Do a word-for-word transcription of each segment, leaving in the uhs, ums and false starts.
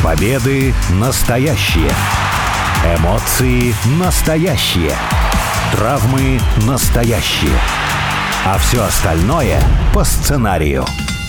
Победы настоящие. Эмоции настоящие. Травмы настоящие. А все остальное по сценарию.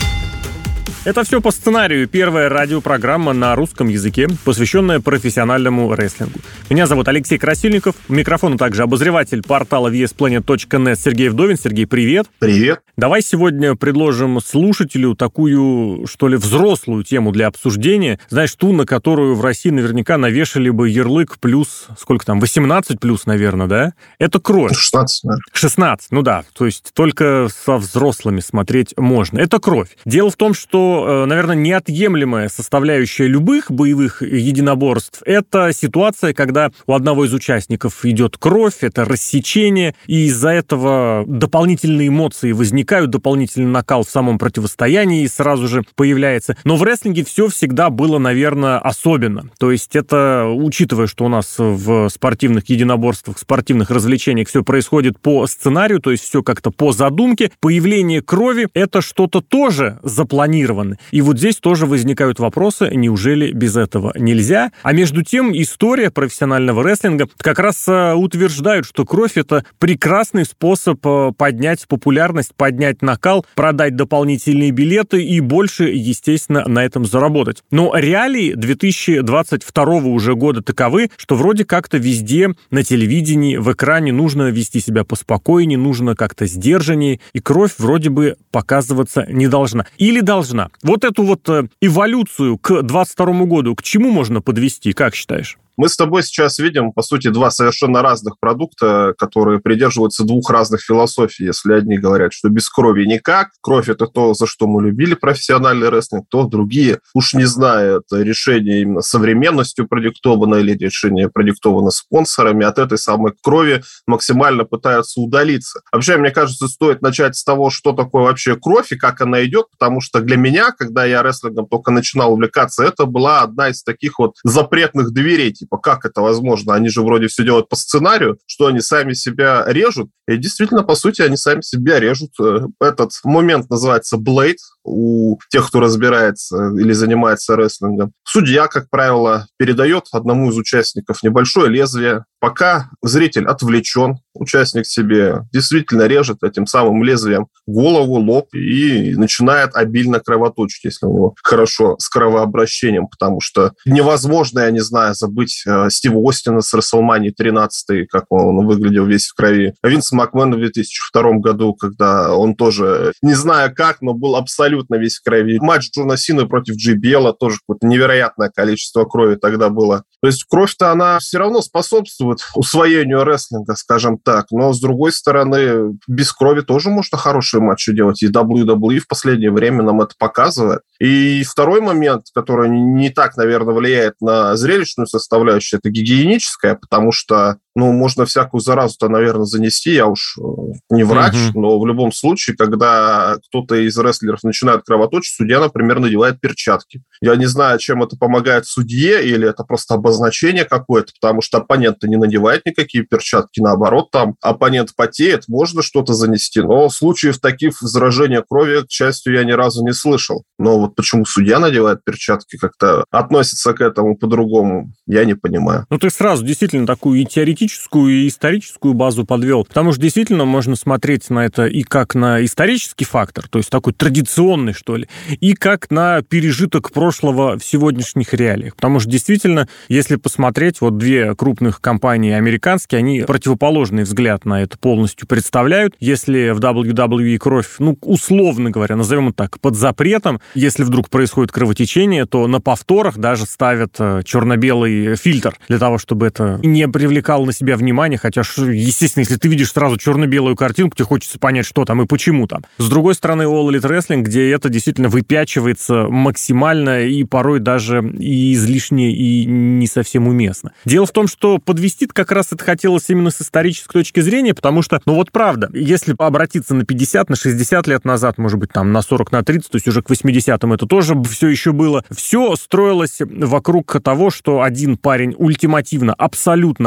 Это все по сценарию. Первая радиопрограмма на русском языке, посвященная профессиональному рестлингу. Меня зовут Алексей Красильников. У микрофона также обозреватель портала ви эс планет точка нет Сергей Вдовин. Сергей, привет. Привет. Давай сегодня предложим слушателю такую, что ли, взрослую тему для обсуждения. Знаешь, ту, на которую в России наверняка навешали бы ярлык плюс, сколько там, восемнадцать плюс, наверное, да? Это кровь. шестнадцать, наверное. шестнадцать, ну да. То есть только со взрослыми смотреть можно. Это кровь. Дело в том, что наверное, неотъемлемая составляющая любых боевых единоборств – это ситуация, когда у одного из участников идет кровь, это рассечение, и из-за этого дополнительные эмоции возникают, дополнительный накал в самом противостоянии сразу же появляется. Но в рестлинге все всегда было, наверное, особенно. То есть это, учитывая, что у нас в спортивных единоборствах, спортивных развлечениях все происходит по сценарию, то есть все как-то по задумке, появление крови – это что-то тоже запланировано. И вот здесь тоже возникают вопросы, неужели без этого нельзя? А между тем, история профессионального рестлинга как раз утверждает, что кровь – это прекрасный способ поднять популярность, поднять накал, продать дополнительные билеты и больше, естественно, на этом заработать. Но реалии две тысячи двадцать второго уже года таковы, что вроде как-то везде на телевидении, в экране нужно вести себя поспокойнее, нужно как-то сдержаннее, и кровь вроде бы показываться не должна. Или должна. Вот эту вот эволюцию к двадцать второму году к чему можно подвести, как считаешь? Мы с тобой сейчас видим, по сути, два совершенно разных продукта, которые придерживаются двух разных философий. Если одни говорят, что без крови никак, кровь – это то, за что мы любили профессиональный рестлинг, то другие, уж не знаю, это решение именно современностью продиктовано или решение продиктовано спонсорами, от этой самой крови максимально пытаются удалиться. Вообще, мне кажется, стоит начать с того, что такое вообще кровь и как она идет, потому что для меня, когда я рестлингом только начинал увлекаться, это была одна из таких вот запретных дверей, как это возможно? Они же вроде все делают по сценарию, что они сами себя режут. И действительно, по сути, они сами себя режут. Этот момент называется блейд у тех, кто разбирается или занимается рестлингом. Судья, как правило, передает одному из участников небольшое лезвие. Пока зритель отвлечен, участник себе действительно режет этим самым лезвием голову, лоб и начинает обильно кровоточить, если у него хорошо с кровообращением, потому что невозможно, я не знаю, забыть Стива Остина с WrestleMania тринадцать, как он выглядел весь в крови. Винс Макмен в две тысячи втором году, когда он тоже, не знаю как, но был абсолютно весь в крови. Матч Джона Сины против Джей Би Эл, тоже какое-то невероятное количество крови тогда было. То есть кровь-то она все равно способствует усвоению рестлинга, скажем так. Но, с другой стороны, без крови тоже можно хорошие матчи делать. И дабл ю дабл ю и в последнее время нам это показывает. И второй момент, который не так, наверное, влияет на зрелищную составляющую, это гигиеническая, потому что ну, можно всякую заразу-то, наверное, занести, я уж не врач, mm-hmm. но в любом случае, когда кто-то из рестлеров начинает кровоточить, судья, например, надевает перчатки. Я не знаю, чем это помогает судье, или это просто обозначение какое-то, потому что оппонент-то не надевает никакие перчатки, наоборот, там оппонент потеет, можно что-то занести, но случаев таких заражения крови, к счастью, я ни разу не слышал. Но вот почему судья надевает перчатки, как-то относится к этому по-другому, я не понимаю. Ну, ты сразу действительно такую и теоретическую, и историческую базу подвел, потому что действительно можно смотреть на это и как на исторический фактор, то есть такой традиционный, что ли, и как на пережиток прошлого в сегодняшних реалиях. Потому что действительно, если посмотреть, вот две крупных компании американские, они противоположный взгляд на это полностью представляют. Если в дабл ю дабл ю и кровь, ну, условно говоря, назовем это так, под запретом, если вдруг происходит кровотечение, то на повторах даже ставят черно-белый фильтр для того, чтобы это не привлекало на себя внимание, хотя, естественно, если ты видишь сразу черно-белую картинку, тебе хочется понять, что там и почему там. С другой стороны, All Elite Wrestling, где это действительно выпячивается максимально и порой даже и излишне, и не совсем уместно. Дело в том, что подвести как раз это хотелось именно с исторической точки зрения, потому что, ну вот правда, если обратиться на пятьдесят, на шестьдесят лет назад, может быть, там на сорок, на тридцать, то есть уже к восьмидесятым это тоже все еще было, все строилось вокруг того, что один парень ультимативно, абсолютно, однозначно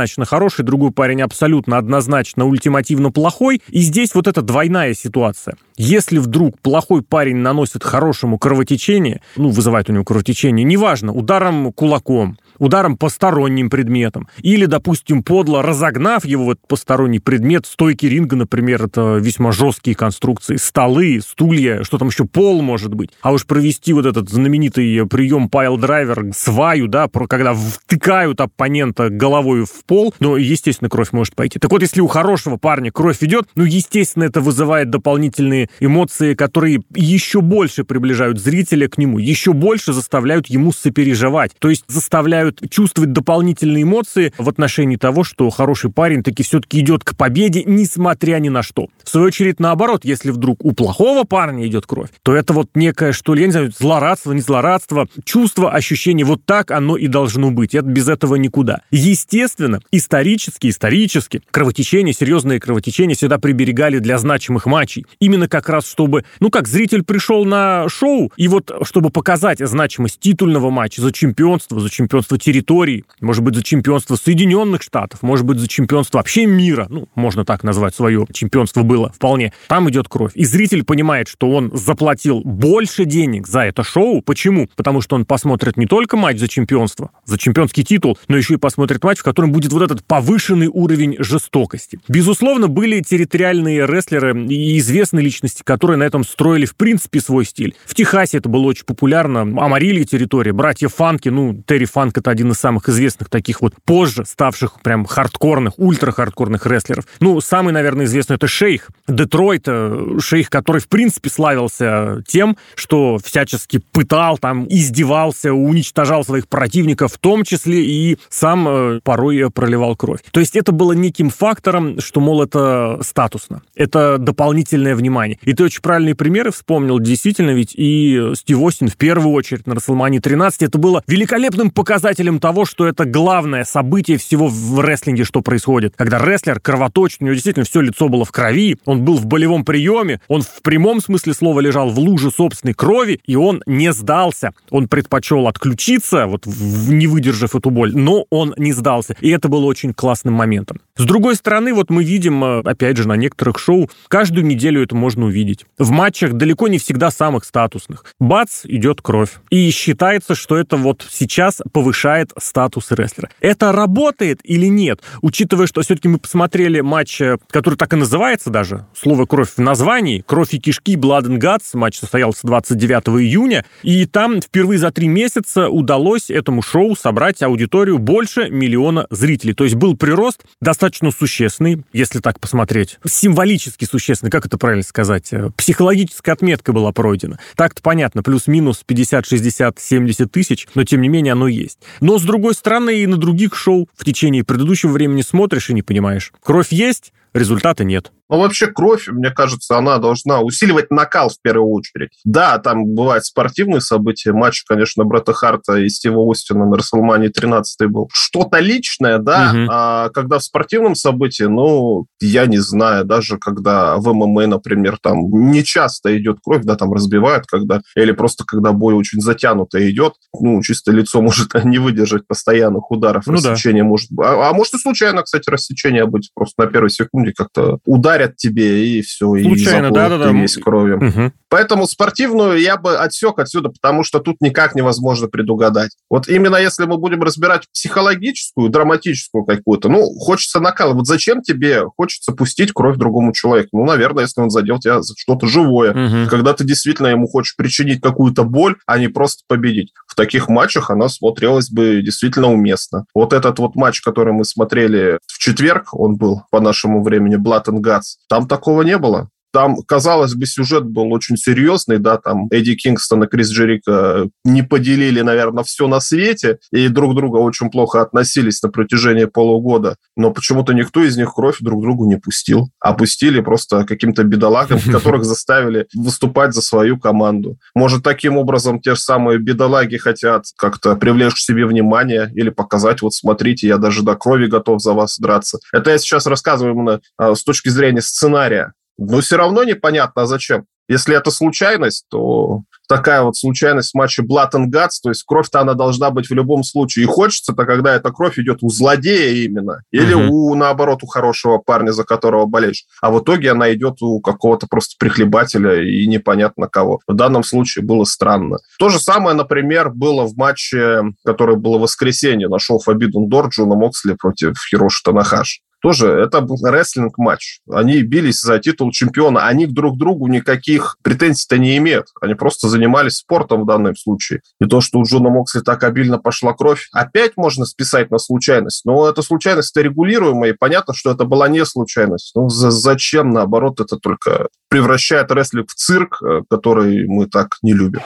однозначно хороший, другой парень абсолютно однозначно ультимативно плохой. И здесь вот эта двойная ситуация. Если вдруг плохой парень наносит хорошему кровотечение, ну, вызывает у него кровотечение, неважно, ударом кулаком, ударом посторонним предметом, или, допустим, подло разогнав его, вот посторонний предмет, стойки ринга, например, это весьма жесткие конструкции, столы, стулья, что там еще, пол может быть. А уж провести вот этот знаменитый прием пайл-драйвер, сваю, да, когда втыкают оппонента головой в пол, ну, естественно, кровь может пойти. Так вот, если у хорошего парня кровь идет, ну, естественно, это вызывает дополнительные эмоции, которые еще больше приближают зрителя к нему, еще больше заставляют ему сопереживать, то есть заставляют чувствовать дополнительные эмоции в отношении того, что хороший парень таки все-таки идет к победе, несмотря ни на что. В свою очередь, наоборот, если вдруг у плохого парня идет кровь, то это вот некое, что ли, я не знаю, злорадство, не злорадство, чувство, ощущение, вот так оно и должно быть. Это без этого никуда. Естественно, исторически, исторически, кровотечения, серьезные кровотечения всегда приберегали для значимых матчей. Именно как раз, чтобы, ну как, зритель пришел на шоу, и вот, чтобы показать значимость титульного матча за чемпионство, за чемпионство территорий, может быть, за чемпионство Соединенных Штатов, может быть, за чемпионство вообще мира, ну, можно так назвать свое чемпионство было вполне, там идет кровь. И зритель понимает, что он заплатил больше денег за это шоу. Почему? Потому что он посмотрит не только матч за чемпионство, за чемпионский титул, но еще и посмотрит матч, в котором будет вот этот повышенный уровень жестокости. Безусловно, были территориальные рестлеры и известные личности, которые на этом строили, в принципе, свой стиль. В Техасе это было очень популярно. Амарилья территория, братья Фанки, ну, Терри Фанк — это один из самых известных таких вот позже ставших прям хардкорных, ультра-хардкорных рестлеров. Ну, самый, наверное, известный — это Шейх. Детройт, Шейх, который, в принципе, славился тем, что всячески пытал, там, издевался, уничтожал своих противников, в том числе и сам э, порой проливал кровь. То есть это было неким фактором, что, мол, это статусно. Это дополнительное внимание. И ты очень правильные примеры вспомнил. Действительно, ведь и Стив Остин в первую очередь на Расселмании тринадцать это было великолепным показателем того, что это главное событие всего в рестлинге, что происходит. Когда рестлер кровоточит, у него действительно все лицо было в крови, он был в болевом приеме, он в прямом смысле слова лежал в луже собственной крови, и он не сдался. Он предпочел отключиться, вот не выдержав эту боль, но он не сдался. И это было очень классным моментом. С другой стороны, вот мы видим, опять же, на некоторых шоу, каждую неделю это можно увидеть. В матчах далеко не всегда самых статусных. Бац, идет кровь. И считается, что это вот сейчас повышает статус рестлера. Это работает или нет? Учитывая, что все-таки мы посмотрели матч, который так и называется даже, слово «кровь» в названии, «Кровь и кишки», Blood and Guts, матч состоялся двадцать девятого июня, и там впервые за три месяца удалось этому шоу собрать аудиторию больше миллиона зрителей. То есть был прирост достаточно существенный, если так посмотреть, символически существенный, как это правильно сказать, психологическая отметка была пройдена. Так-то понятно, плюс-минус пятьдесят, шестьдесят, семьдесят тысяч, но тем не менее оно есть. Но, с другой стороны, и на других шоу в течение предыдущего времени смотришь и не понимаешь. Кровь есть, результата нет. Ну, вообще, кровь, мне кажется, она должна усиливать накал в первую очередь. Да, там бывают спортивные события. Матч, конечно, Бретта Харта и Стива Остина на Расселмании тринадцать был. Что-то личное, да, угу. А когда в спортивном событии, ну, я не знаю, даже когда в эм эм а, например, там не часто идет кровь, да, там разбивают, когда, или просто когда бой очень затянуто идет, ну, чисто лицо может не выдержать постоянных ударов, ну, рассечение да. может быть. А, а может и случайно, кстати, рассечение быть, просто на первой секунде как-то ударят тебе, и все, случайно, и да, да, да. весь кровью. Угу. Поэтому спортивную я бы отсек отсюда, потому что тут никак невозможно предугадать. Вот именно если мы будем разбирать психологическую, драматическую какую-то, ну, хочется накала. Вот зачем тебе хочется пустить кровь другому человеку? Ну, наверное, если он задел тебя за что-то живое. Угу. Когда ты действительно ему хочешь причинить какую-то боль, а не просто победить. В таких матчах она смотрелась бы действительно уместно. Вот этот вот матч, который мы смотрели в четверг, он был по нашему времени Blood and Guts, там такого не было. Там, казалось бы, сюжет был очень серьезный, да, там Эдди Кингстон и Крис Джерико не поделили, наверное, все на свете и друг к другу очень плохо относились на протяжении полугода, но почему-то никто из них кровь друг другу не пустил, а пустили просто каким-то бедолагам, которых заставили выступать за свою команду. Может, таким образом те же самые бедолаги хотят как-то привлечь к себе внимание или показать, вот смотрите, я даже до крови готов за вас драться. Это я сейчас рассказываю именно с точки зрения сценария. Но все равно непонятно, а зачем. Если это случайность, то такая вот случайность в матче Blood and Guts, то есть кровь-то она должна быть в любом случае. И хочется-то, когда эта кровь идет у злодея именно, или uh-huh. у, наоборот, у хорошего парня, за которого болеешь. А в итоге она идет у какого-то просто прихлебателя и непонятно кого. В данном случае было странно. То же самое, например, было в матче, который был в воскресенье на шоу Forbidden Door Джона Моксли против Хироши Танахаши. Тоже это был рестлинг-матч. Они бились за титул чемпиона. Они друг к другу никаких претензий-то не имеют. Они просто занимались спортом в данном случае. И то, что у Джона Моксли так обильно пошла кровь, опять можно списать на случайность. Но эта случайность-то регулируемая, и понятно, что это была не случайность. Ну, за- зачем, наоборот, это только превращает рестлинг в цирк, который мы так не любим.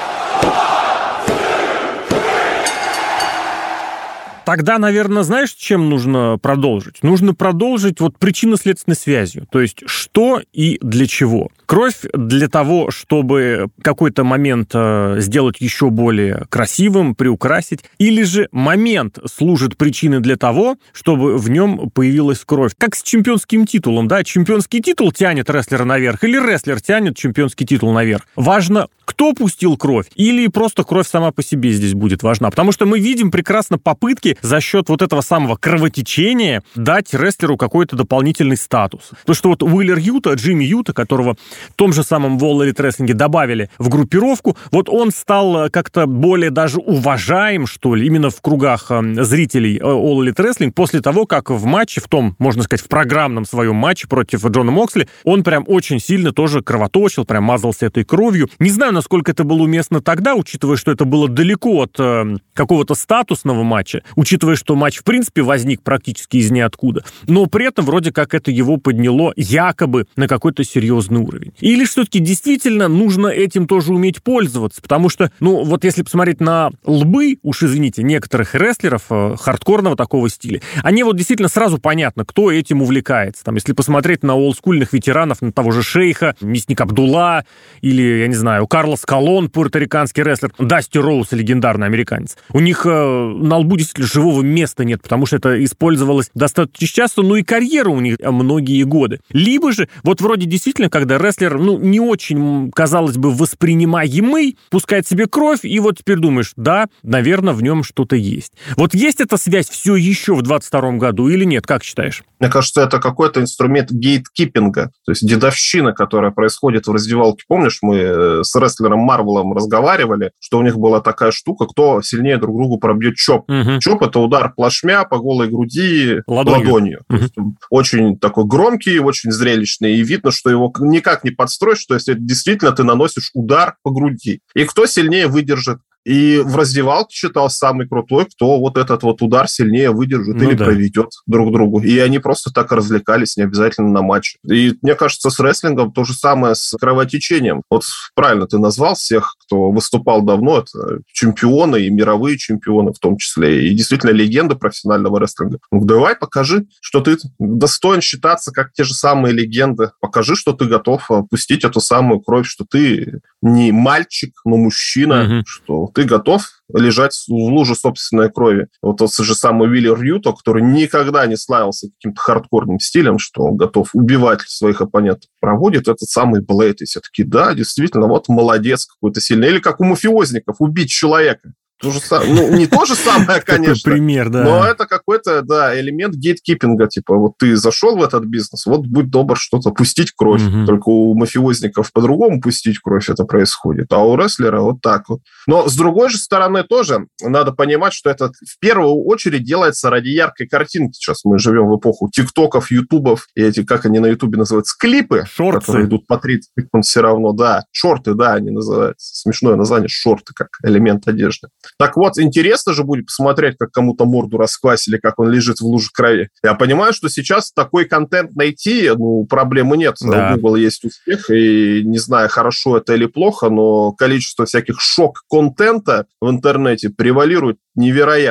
Тогда, наверное, знаешь, чем нужно продолжить? Нужно продолжить вот причинно-следственной связью. То есть, что и для чего. Кровь для того, чтобы какой-то момент сделать еще более красивым, приукрасить. Или же момент служит причиной для того, чтобы в нем появилась кровь. Как с чемпионским титулом, да? Чемпионский титул тянет рестлера наверх, или рестлер тянет чемпионский титул наверх. Важно, кто пустил кровь, или просто кровь сама по себе здесь будет важна. Потому что мы видим прекрасно попытки за счет вот этого самого кровотечения дать рестлеру какой-то дополнительный статус. Потому что вот Уиллер Юта, Джимми Юта, которого в том же самом в All Elite Wrestling добавили в группировку, вот он стал как-то более даже уважаем, что ли, именно в кругах зрителей All Elite Wrestling после того, как в матче, в том, можно сказать, в программном своем матче против Джона Моксли, он прям очень сильно тоже кровоточил, прям мазался этой кровью. Не знаю, насколько это было уместно тогда, учитывая, что это было далеко от э, какого-то статусного матча, учитывая, что матч, в принципе, возник практически из ниоткуда, но при этом вроде как это его подняло якобы на какой-то серьезный уровень. Или все-таки действительно нужно этим тоже уметь пользоваться, потому что, ну, вот если посмотреть на лбы, уж извините, некоторых рестлеров э, хардкорного такого стиля, они вот действительно сразу понятно, кто этим увлекается. Там, если посмотреть на олдскульных ветеранов, на того же Шейха, Мясник Абдулла, или, я не знаю, Карлос Колон, пуэрториканский рестлер, Дасти Роуз, легендарный американец. У них э, на лбу действительно живого места нет, потому что это использовалось достаточно часто, ну и карьера у них многие годы. Либо же, вот вроде действительно, когда рестлер, ну, не очень, казалось бы, воспринимаемый, пускает себе кровь, и вот теперь думаешь, да, наверное, в нем что-то есть. Вот есть эта связь все еще в двадцать втором году или нет, как считаешь? Мне кажется, это какой-то инструмент гейткипинга, то есть дедовщина, которая происходит в раздевалке. Помнишь, мы с рестлером Марвелом разговаривали, что у них была такая штука, кто сильнее друг другу пробьет чоп. Угу. Чоп – это удар плашмя по голой груди ладонью. ладонью. Угу. Очень такой громкий, очень зрелищный, и видно, что его никак не подстроишь, то есть это действительно ты наносишь удар по груди. И кто сильнее выдержит. И в раздевалке считал самый крутой, кто вот этот вот удар сильнее выдержит ну или да. проведет друг другу. И они просто так развлекались, не обязательно на матче. И мне кажется, с рестлингом то же самое с кровотечением. Вот правильно ты назвал всех, кто выступал давно, это чемпионы и мировые чемпионы в том числе, и действительно легенды профессионального рестлинга. Ну, давай, покажи, что ты достоин считаться как те же самые легенды. Покажи, что ты готов пустить эту самую кровь, что ты не мальчик, но мужчина, угу. что ты готов лежать в луже собственной крови. Вот тот же самый Уиллер Юто, который никогда не славился каким-то хардкорным стилем, что он готов убивать своих оппонентов, проводит этот самый Блейд. И все таки да, действительно, вот молодец какой-то сильный. Или как у мафиозников, убить человека. То же самое, ну, не то же самое, конечно, пример, да. но это какой-то, да, элемент гейткипинга, типа, вот ты зашел в этот бизнес, вот будь добр что-то, пустить кровь. Угу. Только у мафиозников по-другому пустить кровь это происходит, а у рестлера вот так вот. Но с другой же стороны тоже надо понимать, что это в первую очередь делается ради яркой картинки. Сейчас мы живем в эпоху тиктоков, ютубов, и эти, как они на ютубе называются, клипы, шорты, которые идут по тридцать секунд все равно, да, шорты, да, они называются. Смешное название, шорты, как элемент одежды. Так вот, интересно же будет посмотреть, как кому-то морду расквасили, как он лежит в луже крови. Я понимаю, что сейчас такой контент найти, ну, проблемы нет. Да. У Google есть успех, и не знаю, хорошо это или плохо, но количество всяких шок-контента в интернете превалирует невероятно.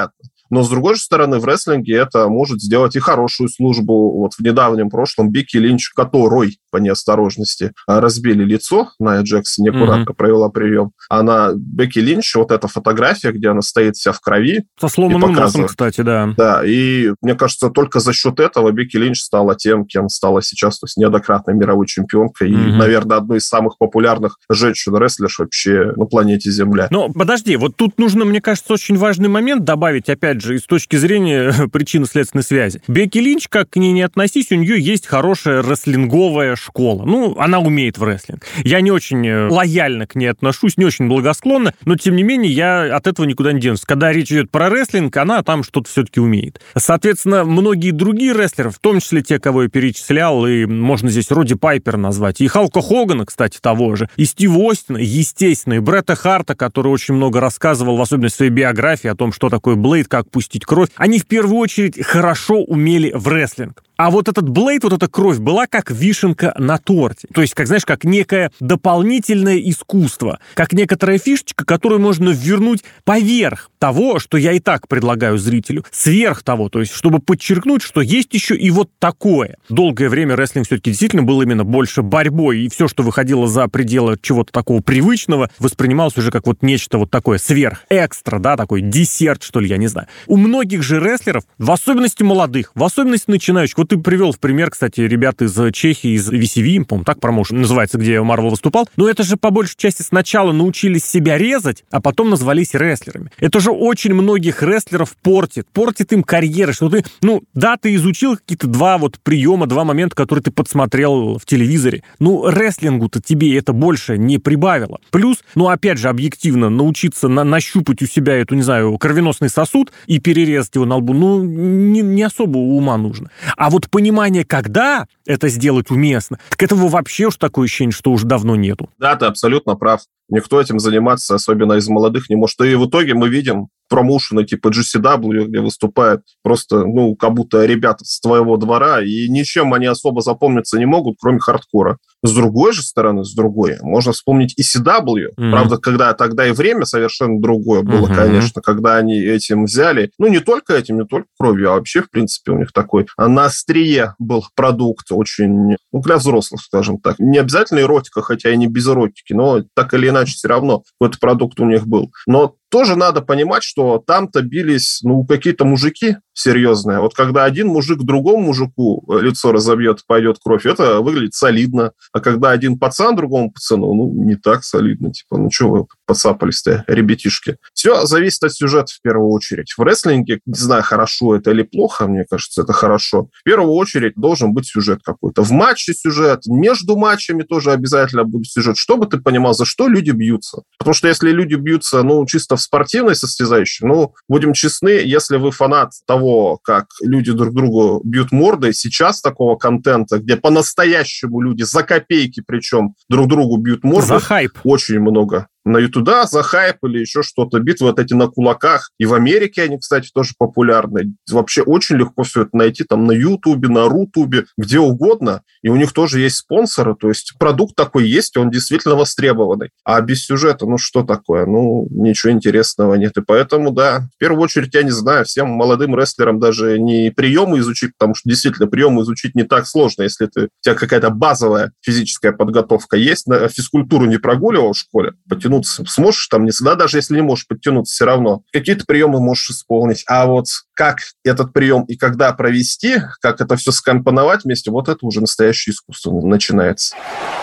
Но, с другой же стороны, в рестлинге это может сделать и хорошую службу. Вот в недавнем прошлом Бекки Линч, которой по неосторожности разбили лицо, Найя Джекс неаккуратно mm-hmm. провела прием, а на Бекки Линч вот эта фотография, где она стоит вся в крови. Со сломанным носом, кстати, да. Да, и мне кажется, только за счет этого Бекки Линч стала тем, кем стала сейчас, то есть неоднократной мировой чемпионкой mm-hmm. и, наверное, одной из самых популярных женщин-рестлерш вообще на планете Земля. Но подожди, вот тут нужно, мне кажется, очень важный момент добавить, опять же, с точки зрения причинно-следственной связи. Бекки Линч, как к ней не относись, у нее есть хорошая рестлинговая школа. Ну, она умеет в рестлинг. Я не очень лояльно к ней отношусь, не очень благосклонно, но, тем не менее, я от этого никуда не денусь. Когда речь идет про рестлинг, она там что-то все-таки умеет. Соответственно, многие другие рестлеры, в том числе те, кого я перечислял, и можно здесь Роди Пайпер назвать, и Халка Хогана, кстати, того же, и Стива Остина, естественно, и Бретта Харта, который очень много рассказывал, в особенности в своей биографии, о том, что такое Блейд, как пустить кровь, они в первую очередь хорошо умели в рестлинг. А вот этот Блейд, вот эта кровь была как вишенка на торте. То есть, как, знаешь, как некое дополнительное искусство, как некоторая фишечка, которую можно вернуть поверх того, что я и так предлагаю зрителю, сверх того, то есть, чтобы подчеркнуть, что есть еще и вот такое. Долгое время рестлинг все-таки действительно был именно больше борьбой, и все, что выходило за пределы чего-то такого привычного, воспринималось уже как вот нечто вот такое сверх, экстра, да, такой десерт, что ли, я не знаю. У многих же рестлеров, в особенности молодых, в особенности начинающих, вот ты привел в пример, кстати, ребят из Чехии, из ви си ви, по-моему, так промоушен называется, где Марвел выступал, но это же по большей части сначала научились себя резать, а потом назвались рестлерами. Это же очень многих рестлеров портит, портит им карьеры, что ты, ну, да, ты изучил какие-то два вот приема, два момента, которые ты подсмотрел в телевизоре, ну, рестлингу-то тебе это больше не прибавило. Плюс, ну, опять же, объективно научиться на- нащупать у себя эту, не знаю, кровеносный сосуд и перерезать его на лбу, ну, не, не особо ума нужно. А вот понимание, когда это сделать уместно, так этого вообще уж такое ощущение, что уже давно нету. Да, ты абсолютно прав. Никто этим заниматься, особенно из молодых, не может. И в итоге мы видим промоушены типа джи си дабл ю, где выступают просто, ну, как будто ребята с твоего двора, и ничем они особо запомниться не могут, кроме хардкора. С другой же стороны, с другой, можно вспомнить и си дабл ю. Mm-hmm. Правда, когда тогда и время совершенно другое было, mm-hmm. конечно, когда они этим взяли. Ну, не только этим, не только кровью, а вообще, в принципе, у них такой на острие был продукт очень, ну, для взрослых, скажем так. Не обязательно эротика, хотя и не без эротики, но так или иначе все равно какой-то продукт у них был. Но тоже надо понимать, что там-то бились, ну, какие-то мужики серьезные. Вот когда один мужик другому мужику лицо разобьет, пойдет кровь, это выглядит солидно. А когда один пацан другому пацану, ну, не так солидно. Типа, ну, что вы подцапались-то, ребятишки? Все зависит от сюжета в первую очередь. В рестлинге, не знаю, хорошо это или плохо, мне кажется, это хорошо. В первую очередь должен быть сюжет какой-то. В матче сюжет, между матчами тоже обязательно будет сюжет, чтобы ты понимал, за что люди бьются. Потому что если люди бьются, ну, чисто в спортивной состязающей, ну, будем честны, если вы фанат того, как люди друг другу бьют мордой, сейчас такого контента, где по-настоящему люди за копейки причем друг другу бьют мордой, за хайп очень много. На YouTube, да, за хайп или еще что-то. Битвы вот эти на кулаках. И в Америке они, кстати, тоже популярны. Вообще очень легко все это найти там на Ютубе, на Рутубе, где угодно. И у них тоже есть спонсоры. То есть продукт такой есть, он действительно востребованный. А без сюжета, ну что такое? Ну, ничего интересного нет. И поэтому, да, в первую очередь, я не знаю, всем молодым рестлерам даже не приемы изучить, потому что действительно приемы изучить не так сложно, если ты, у тебя какая-то базовая физическая подготовка есть, на физкультуру не прогуливал в школе, потянуться сможешь, там не всегда, даже если не можешь подтянуться, все равно какие-то приемы можешь исполнить. А вот как этот прием и когда провести, как это все скомпоновать вместе, вот это уже настоящее искусство начинается.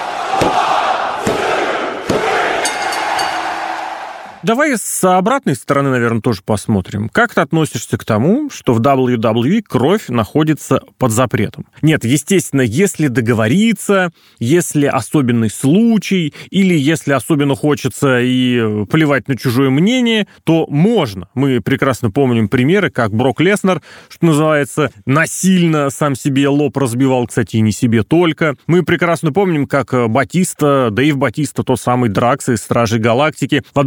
Давай с обратной стороны, наверное, тоже посмотрим. Как ты относишься к тому, что в дабл ю дабл ю и кровь находится под запретом? Нет, естественно, если договориться, если особенный случай, или если особенно хочется и плевать на чужое мнение, то можно. Мы прекрасно помним примеры, как Брок Леснар, что называется, насильно сам себе лоб разбивал, кстати, и не себе только. Мы прекрасно помним, как Батиста, Дэйв Батиста, тот самый Дракс из Стражей Галактики, в одном из матчей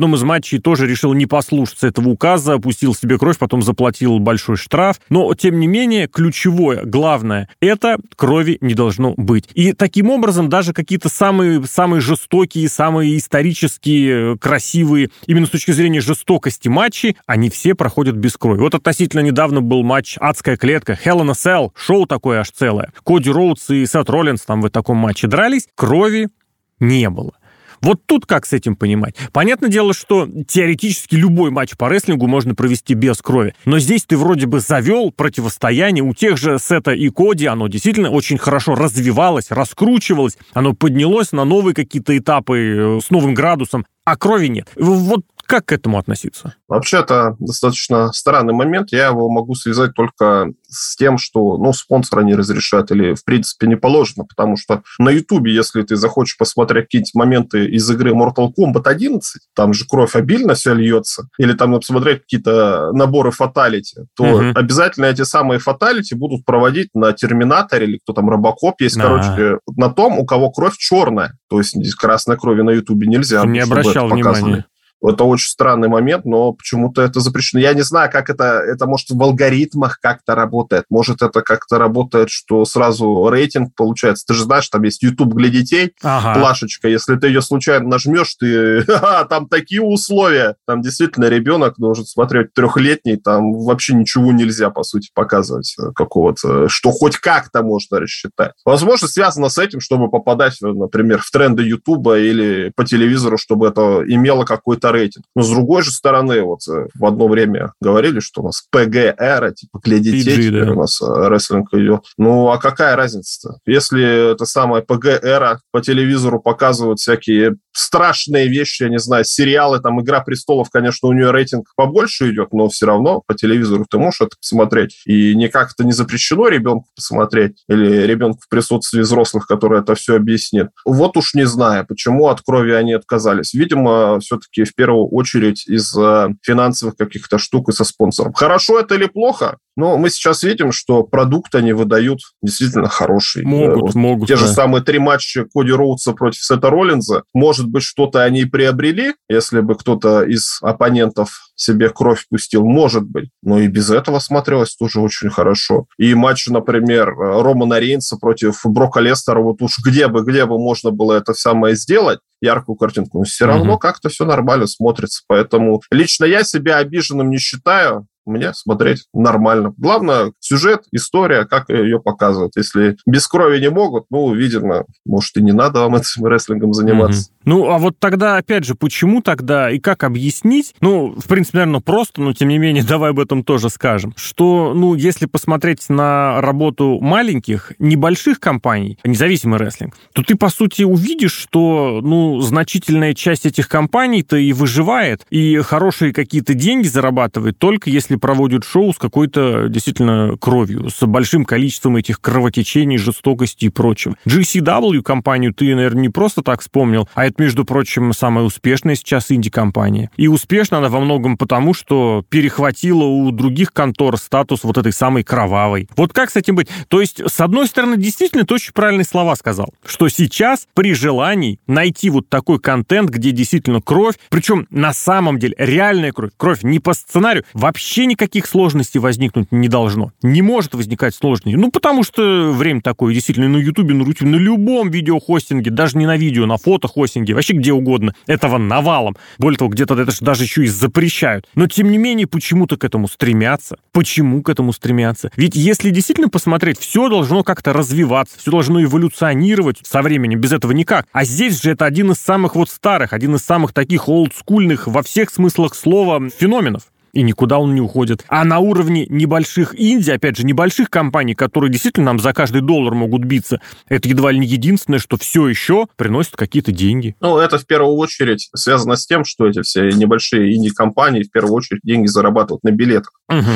матчей тоже решил не послушаться этого указа, пустил себе кровь, потом заплатил большой штраф. Но, тем не менее, ключевое, главное, это крови не должно быть. И таким образом даже какие-то самые, самые жестокие, самые исторические, красивые, именно с точки зрения жестокости матчи, они все проходят без крови. Вот относительно недавно был матч «Адская клетка», Hell in a Cell, шоу такое аж целое. Коди Роудс и Сет Роллинс там в таком матче дрались, крови не было. Вот тут как с этим понимать? Понятное дело, что теоретически любой матч по рестлингу можно провести без крови. Но здесь ты вроде бы завел противостояние. У тех же Сета и Коди оно действительно очень хорошо развивалось, раскручивалось. Оно поднялось на новые какие-то этапы с новым градусом, а крови нет. Вот как к этому относиться? Вообще, это достаточно странный момент. Я его могу связать только с тем, что, ну, спонсора не разрешают или, в принципе, не положено, потому что на Ютубе, если ты захочешь посмотреть какие-нибудь моменты из игры Mortal Kombat одиннадцать, там же кровь обильно все льется, или там посмотреть какие-то наборы фаталити, то угу. обязательно эти самые фаталити будут проводить на Терминаторе, или кто там, Робокоп есть, А-а-а. короче, на том, у кого кровь черная. То есть красной крови на Ютубе нельзя. Не обращал внимания. Это очень странный момент, но почему-то это запрещено. Я не знаю, как это, это может в алгоритмах как-то работает. Может, это как-то работает, что сразу рейтинг получается. Ты же знаешь, там есть YouTube для детей, ага. плашечка. Если ты ее случайно нажмешь, ты... Ха-ха, там такие условия. Там действительно ребенок должен смотреть трехлетний, там вообще ничего нельзя, по сути, показывать какого-то, что хоть как-то можно рассчитать. Возможно, связано с этим, чтобы попадать, например, в тренды YouTube или по телевизору, чтобы это имело какой-то рейтинг. Но с другой же стороны, вот в одно время говорили, что у нас пи джи-эра, типа для детей, пи джи, теперь да. у нас рестлинг идет. Ну, а какая разница-то? Если это самая пи джи-эра по телевизору показывают всякие страшные вещи, я не знаю, сериалы, там, «Игра престолов», конечно, у нее рейтинг побольше идет, но все равно по телевизору ты можешь это посмотреть. И никак это не запрещено ребенку посмотреть или ребенку в присутствии взрослых, которые это все объяснят. Вот уж не знаю, почему от крови они отказались. Видимо, все-таки в первую очередь из-за финансовых каких-то штук и со спонсором. Хорошо это или плохо? Но мы сейчас видим, что продукт они выдают действительно хороший. Могут, вот могут. Те да. же самые три матча Коди Роудса против Сета Роллинза. Может быть, что-то они приобрели, если бы кто-то из оппонентов себе кровь пустил, может быть. Но и без этого смотрелось тоже очень хорошо. И матч, например, Романа Рейнса против Брока Лестера, вот уж где бы, где бы можно было это самое сделать, яркую картинку, но все равно mm-hmm. как-то все нормально смотрится. Поэтому лично я себя обиженным не считаю. Мне смотреть нормально. Главное, сюжет, история, как ее показывают. Если без крови не могут, ну, видимо, может, и не надо вам этим рестлингом заниматься. Mm-hmm. Ну, а вот тогда, опять же, почему тогда и как объяснить? Ну, в принципе, наверное, просто, но, тем не менее, давай об этом тоже скажем, что, ну, если посмотреть на работу маленьких, небольших компаний, независимый рестлинг, то ты, по сути, увидишь, что, ну, значительная часть этих компаний-то и выживает, и хорошие какие-то деньги зарабатывает только если проводят шоу с какой-то действительно кровью, с большим количеством этих кровотечений, жестокости и прочего. джи си дабл ю компанию ты, наверное, не просто так вспомнил, а это, между прочим, самая успешная сейчас инди-компания. И успешна она во многом потому, что перехватила у других контор статус вот этой самой кровавой. Вот как с этим быть? То есть, с одной стороны, действительно, ты очень правильные слова сказал, что сейчас при желании найти вот такой контент, где действительно кровь, причем на самом деле реальная кровь, кровь не по сценарию, вообще никаких сложностей возникнуть не должно. Не может возникать сложностей. Ну, потому что время такое, действительно, на Ютубе, на Рутюбе, на любом видеохостинге, даже не на видео, на фотохостинге, вообще где угодно, этого навалом. Более того, где-то это же даже еще и запрещают. Но, тем не менее, почему-то к этому стремятся. Почему к этому стремятся? Ведь если действительно посмотреть, все должно как-то развиваться, все должно эволюционировать со временем, без этого никак. А здесь же это один из самых вот старых, один из самых таких олдскульных во всех смыслах слова феноменов. И никуда он не уходит. А на уровне небольших инди, опять же, небольших компаний, которые действительно нам за каждый доллар могут биться, это едва ли не единственное, что все еще приносит какие-то деньги. Ну, это в первую очередь связано с тем, что эти все небольшие инди-компании в первую очередь деньги зарабатывают на билетах. Угу.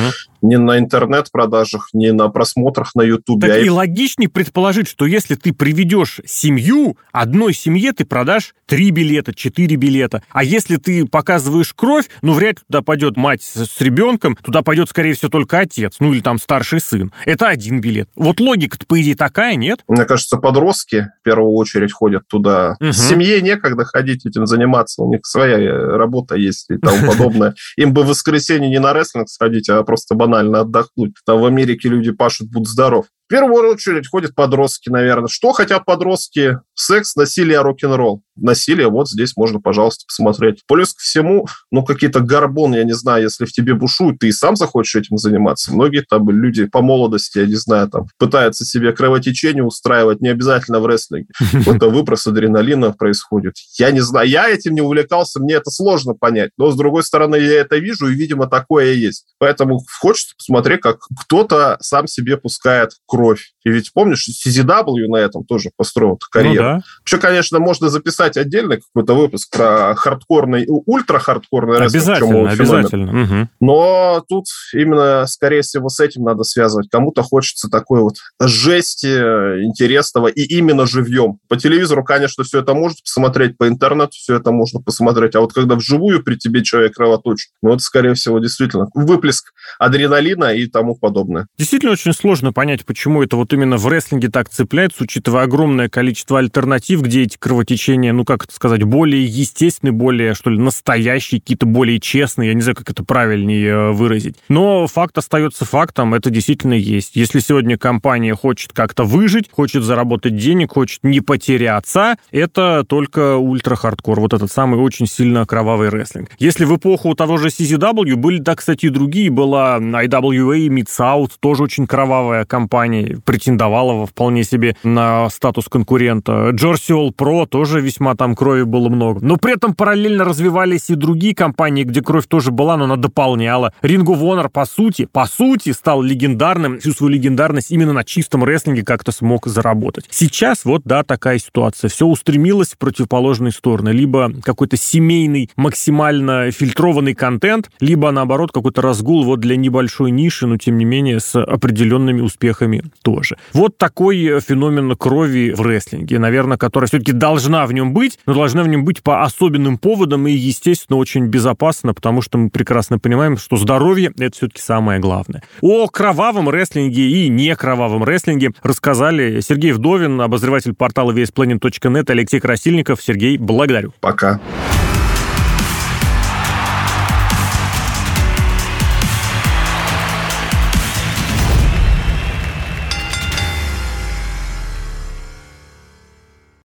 не на интернет-продажах, не на просмотрах на Ютубе. Так а и их... логичнее предположить, что если ты приведешь семью, одной семье ты продашь три билета, четыре билета. А если ты показываешь кровь, ну, вряд ли туда пойдет мать с, с ребенком, туда пойдет, скорее всего, только отец, ну, или там старший сын. Это один билет. Вот логика-то, по идее, такая, нет? Мне кажется, подростки в первую очередь ходят туда. Угу. Семье некогда ходить этим заниматься, у них своя работа есть и тому подобное. Им бы в воскресенье не на рестлинг сходить, а просто банально отдохнуть. Там в Америке люди пашут, будь здоров. В первую очередь ходят подростки, наверное. Что хотят подростки? Секс, насилие, рок-н-ролл. Насилие вот здесь можно, пожалуйста, посмотреть. Плюс ко всему, ну, какие-то горбоны, я не знаю, если в тебе бушуют, ты и сам захочешь этим заниматься. Многие там люди по молодости, я не знаю, там пытаются себе кровотечение устраивать, не обязательно в рестлинге. Это выброс адреналина происходит. Я не знаю, я этим не увлекался, мне это сложно понять. Но, с другой стороны, я это вижу, и, видимо, такое и есть. Поэтому хочется посмотреть, как кто-то сам себе пускает кровь. И ведь, помнишь, си зет дабл ю на этом тоже построил карьеру. Ну, да. Еще, конечно, можно записать отдельно какой-то выпуск про хардкорный, ультра-хардкорный рестлинг. Обязательно, обязательно. Угу. Но тут именно, скорее всего, с этим надо связывать. Кому-то хочется такой вот жести интересного и именно живьем. По телевизору, конечно, все это можно посмотреть, по интернету все это можно посмотреть. А вот когда вживую при тебе человек кровоточит, ну, это, скорее всего, действительно выплеск адреналина и тому подобное. Действительно, очень сложно понять, почему это вот именно в рестлинге так цепляется, учитывая огромное количество альтернатив, где эти кровотечения, ну, как это сказать, более естественные, более, что ли, настоящие, какие-то более честные, я не знаю, как это правильнее выразить. Но факт остается фактом, это действительно есть. Если сегодня компания хочет как-то выжить, хочет заработать денег, хочет не потеряться, это только ультра-хардкор, вот этот самый очень сильно кровавый рестлинг. Если в эпоху того же си зет дабл ю были, да, кстати, и другие, была ай дабл ю эй, Mid-South, тоже очень кровавая компания, претендовала вполне себе на статус конкурента. Jersey All Pro тоже весьма там крови было много. Но при этом параллельно развивались и другие компании, где кровь тоже была, но она дополняла. Ring of Honor, по сути, по сути, стал легендарным, всю свою легендарность именно на чистом рестлинге как-то смог заработать. Сейчас вот, да, такая ситуация. Все устремилось в противоположные стороны. Либо какой-то семейный, максимально фильтрованный контент, либо, наоборот, какой-то разгул вот для небольшой ниши, но, тем не менее, с определенными успехами тоже. Вот такой феномен крови в рестлинге, наверное, которая все-таки должна в нем быть, но должна в нем быть по особенным поводам и, естественно, очень безопасно, потому что мы прекрасно понимаем, что здоровье — это все-таки самое главное. О кровавом рестлинге и не кровавом рестлинге рассказали Сергей Вдовин, обозреватель портала ви эс плэнет точка нет, Алексей Красильников. Сергей, благодарю. Пока.